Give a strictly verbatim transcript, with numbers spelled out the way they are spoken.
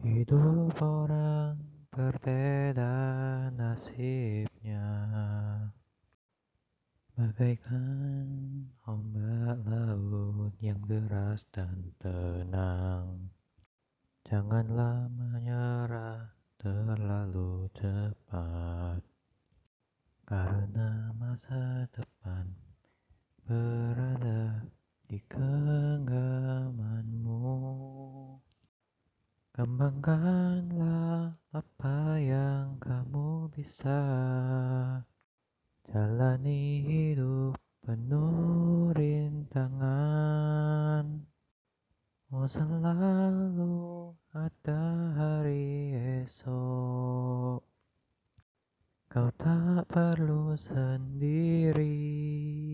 Hidup orang berbeda nasibnya, bagaikan ombak laut yang deras dan tenang. Janganlah menyerah terlalu cepat, karena masa depan berada di genggamanmu. Kembangkanlah apa yang kamu bisa, jalani hidup penuh rintangan. Oh, selalu ada hari esok, kau tak perlu sendiri.